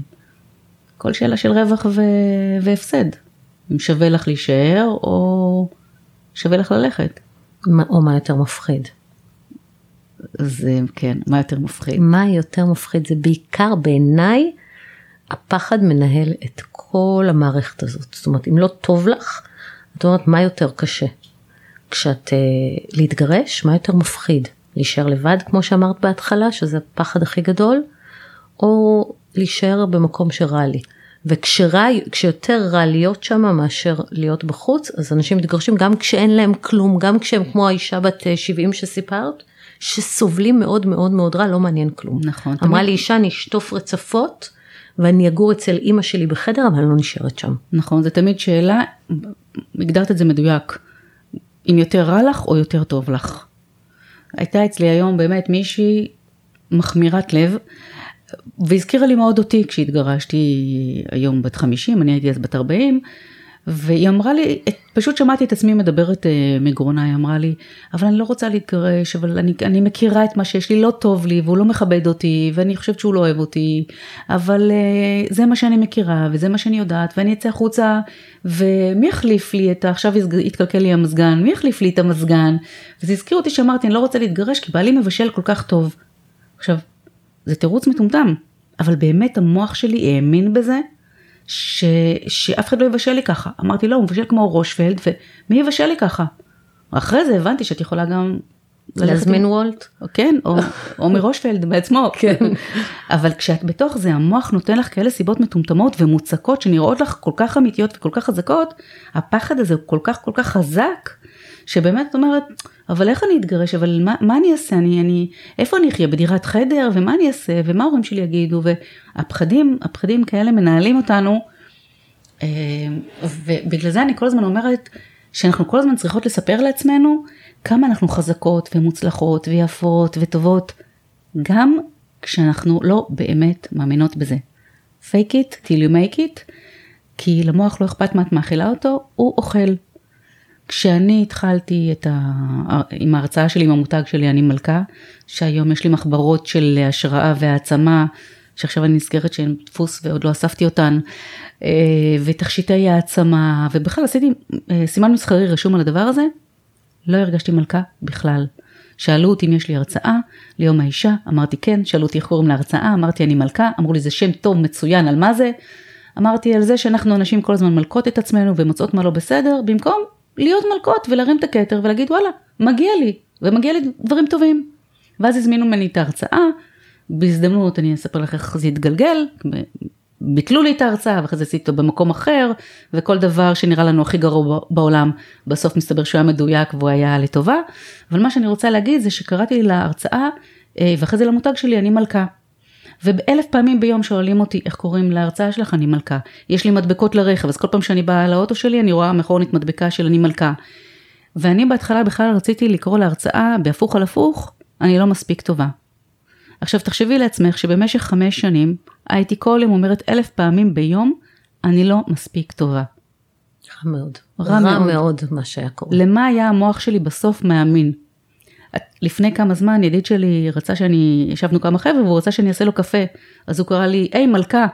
כל שאלה של רווח ו- והפסד. אם שווה לך להישאר, או שווה לך ללכת. מה, או מה יותר מפחיד? זה, כן, מה יותר מפחיד? מה יותר מפחיד? זה בעיקר בעיניי, הפחד מנהל את כל המערכת הזאת. זאת אומרת, אם לא טוב לך, את אומרת, מה יותר קשה? כשאת uh, להתגרש, מה יותר מפחיד? להישאר לבד, כמו שאמרת בהתחלה, שזה הפחד הכי גדול, או להישאר במקום שרע לי. וכשיותר רע להיות שם מאשר להיות בחוץ, אז אנשים מתגרשים גם כשאין להם כלום, גם כשהם כמו האישה בת שבעים שסיפרת, שסובלים מאוד מאוד מאוד רע, לא מעניין כלום. נכון. אמרה תמיד... לי אישה, אני אשטוף רצפות, ואני אגור אצל אמא שלי בחדר, אבל אני לא נשארת שם. נכון, זה תמיד שאלה, הגדרת את זה מדויק, אם יותר רע לך או יותר טוב לך. הייתה אצלי היום באמת מישהי מחמירת לב, והזכירה לי מאוד אותי כשהתגרשתי היום בת חמישים, אני הייתי אז בת ארבעים, והיא אמרה לי, פשוט שמעתי את עצמי מדברת מגרונה, היא אמרה לי, אבל אני לא רוצה להתגרש, אבל אני, אני מכירה את מה שיש לי, לא טוב לי, והוא לא מכבד אותי, ואני חושבת שהוא לא אוהב אותי, אבל זה מה שאני מכירה, וזה מה שאני יודעת, ואני אצא החוצה, ומי יחליף לי את, עכשיו התקלקל לי המזגן, מי יחליף לי את המזגן, וזה הזכיר אותי שאמרתי, אני לא רוצה להתגרש, כי בעלי מבשל כל כך טוב. עכשיו, זה תירוץ מטומטם, אבל באמת המוח שלי האמין בזה, ש... שאף אחד לא יבשל לי ככה. אמרתי, לא, הוא מבשל כמו רושפלד, ומי יבשל לי ככה? אחרי זה הבנתי שאת יכולה גם... להזמין וולט? כן, או, או מרושפלד בעצמו. כן. אבל כשאת בתוך זה, המוח נותן לך כאלה סיבות מטומטמות ומוצקות, שנראות לך כל כך אמיתיות וכל כך חזקות, הפחד הזה הוא כל כך כל כך חזק, שבאמת את אומרת, אבל איך אני אתגרש? אבל מה, מה אני אעשה? אני, אני, איפה אני אחיה? בדירת חדר? ומה אני אעשה? ומה ההורים שלי יגידו? והפחדים, הפחדים כאלה מנהלים אותנו, ובגלל זה אני כל הזמן אומרת, שאנחנו כל הזמן צריכות לספר לעצמנו, כמה אנחנו חזקות ומוצלחות ויפות וטובות, גם כשאנחנו לא באמת מאמינות בזה. Fake it till you make it, כי למוח לא אכפת מה את מאכילה אותו, הוא אוכל. כשאני התחלתי את ה... עם ההרצאה שלי, עם המותג שלי, אני מלכה, שהיום יש לי מחברות של השראה והעצמה, שעכשיו אני נזכרת שהן דפוס ועוד לא אספתי אותן, ותכשיטי העצמה, ובכלל עשיתי סימן מסחרי רשום על הדבר הזה, לא הרגשתי מלכה בכלל. שאלו אותי אם יש לי הרצאה ליום האישה, אמרתי כן, שאלו אותי איך קוראים להרצאה, אמרתי אני מלכה, אמרו לי זה שם טוב מצוין, על מה זה? אמרתי על זה שאנחנו אנשים כל הזמן מלכות את עצמנו ומוצאות מה לא בסדר, במקום להיות מלכות ולהרים את הכתר ולהגיד וואלה, מגיע לי, ומגיע לי דברים טובים. ואז הזמינו ממני את ההרצאה, בהזדמנות אני אספר לך איך זה יתגלגל, ביטלו לי את ההרצאה, ואחרי זה עשיתי אותו במקום אחר, וכל דבר שנראה לנו הכי גרוע בעולם, בסוף מסתבר שהוא היה מדויק, והוא היה לטובה, אבל מה שאני רוצה להגיד, זה שקראתי להרצאה, ואחרי זה למותג שלי, אני מלכה. ובאלף פעמים ביום שואלים אותי, איך קוראים להרצאה שלך, אני מלכה. יש לי מדבקות לרכב, אז כל פעם שאני באה לאוטו שלי, אני רואה מכונית מדבקה של אני מלכה. ואני בהתחלה בכלל רציתי לקרוא להרצאה, בהפוך על הפוך, אני לא מספיק טובה. עכשיו תחשבי לעצמך שבמשך חמש שנים, הייתי כל יום אומרת אלף פעמים ביום, אני לא מספיק טובה. רע מאוד. רע, רע מאוד. מאוד מה שהיה קורה. למה היה המוח שלי בסוף מאמין? לפני כמה זמן ידיד שלי רצה שאני, ישבנו כמה חבר'ה, והוא רצה שאני אעשה לו קפה, אז הוא קרא לי, היי מלכה,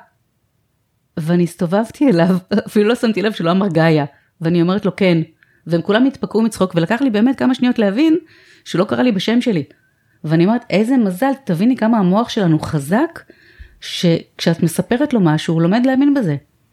ואני הסתובבתי אליו, אפילו לא שמתי לב שלא אמר גאיה, ואני אומרת לו כן, והם כולם התפקעו מצחוק, ולקח לי באמת כמה שניות להבין, שלא קרא לי בשם שלי, ואני אומרת, איזה מזל, תביני כמה המוח שלנו חזק, שכשאת מספרת לו משהו, הוא לומד להאמין בזה.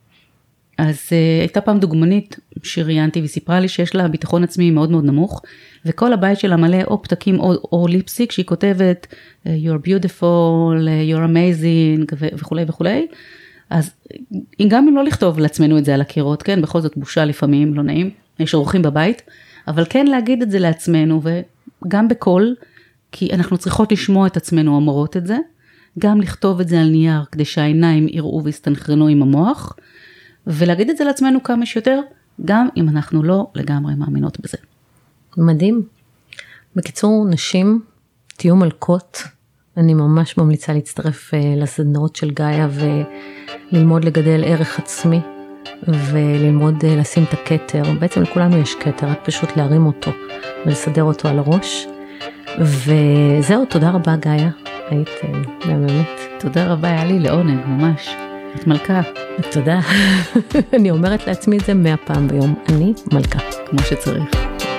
אז uh, הייתה פעם דוגמנית שראיינתי, והיא סיפרה לי שיש לה ביטחון עצמי מאוד מאוד נמוך, וכל הבית שלה מלא או פתקים או, או ליפסיק, שהיא כותבת, you're beautiful, you're amazing, וכו' וכו'. אז גם אם לא לכתוב לעצמנו את זה על הקירות, כן, בכל זאת בושה לפעמים, לא נעים, יש אורחים בבית, אבל כן להגיד את זה לעצמנו, וגם בקול, כי אנחנו צריכות לשמוע את עצמנו אומרות את זה, גם לכתוב את זה על נייר, כדי שהעיניים יראו ויסתנכרנו עם המוח, ולהגיד את זה לעצמנו כמה שיותר, גם אם אנחנו לא לגמרי מאמינות בזה. מדהים. בקיצור, נשים, תהיו מלכות, אני ממש ממליצה להצטרף לסדנאות של גאיה, וללמוד לגדל ערך עצמי, וללמוד לשים את הכתר, בעצם לכולנו יש כתר, רק פשוט להרים אותו, ולסדר אותו על הראש, וזהו, תודה רבה גאיה, היית באמת. תודה רבה, היה לי לעונג, ממש. את מלכה. תודה. אני אומרת לעצמי את זה מאה פעם ביום, אני מלכה. כמו שצריך.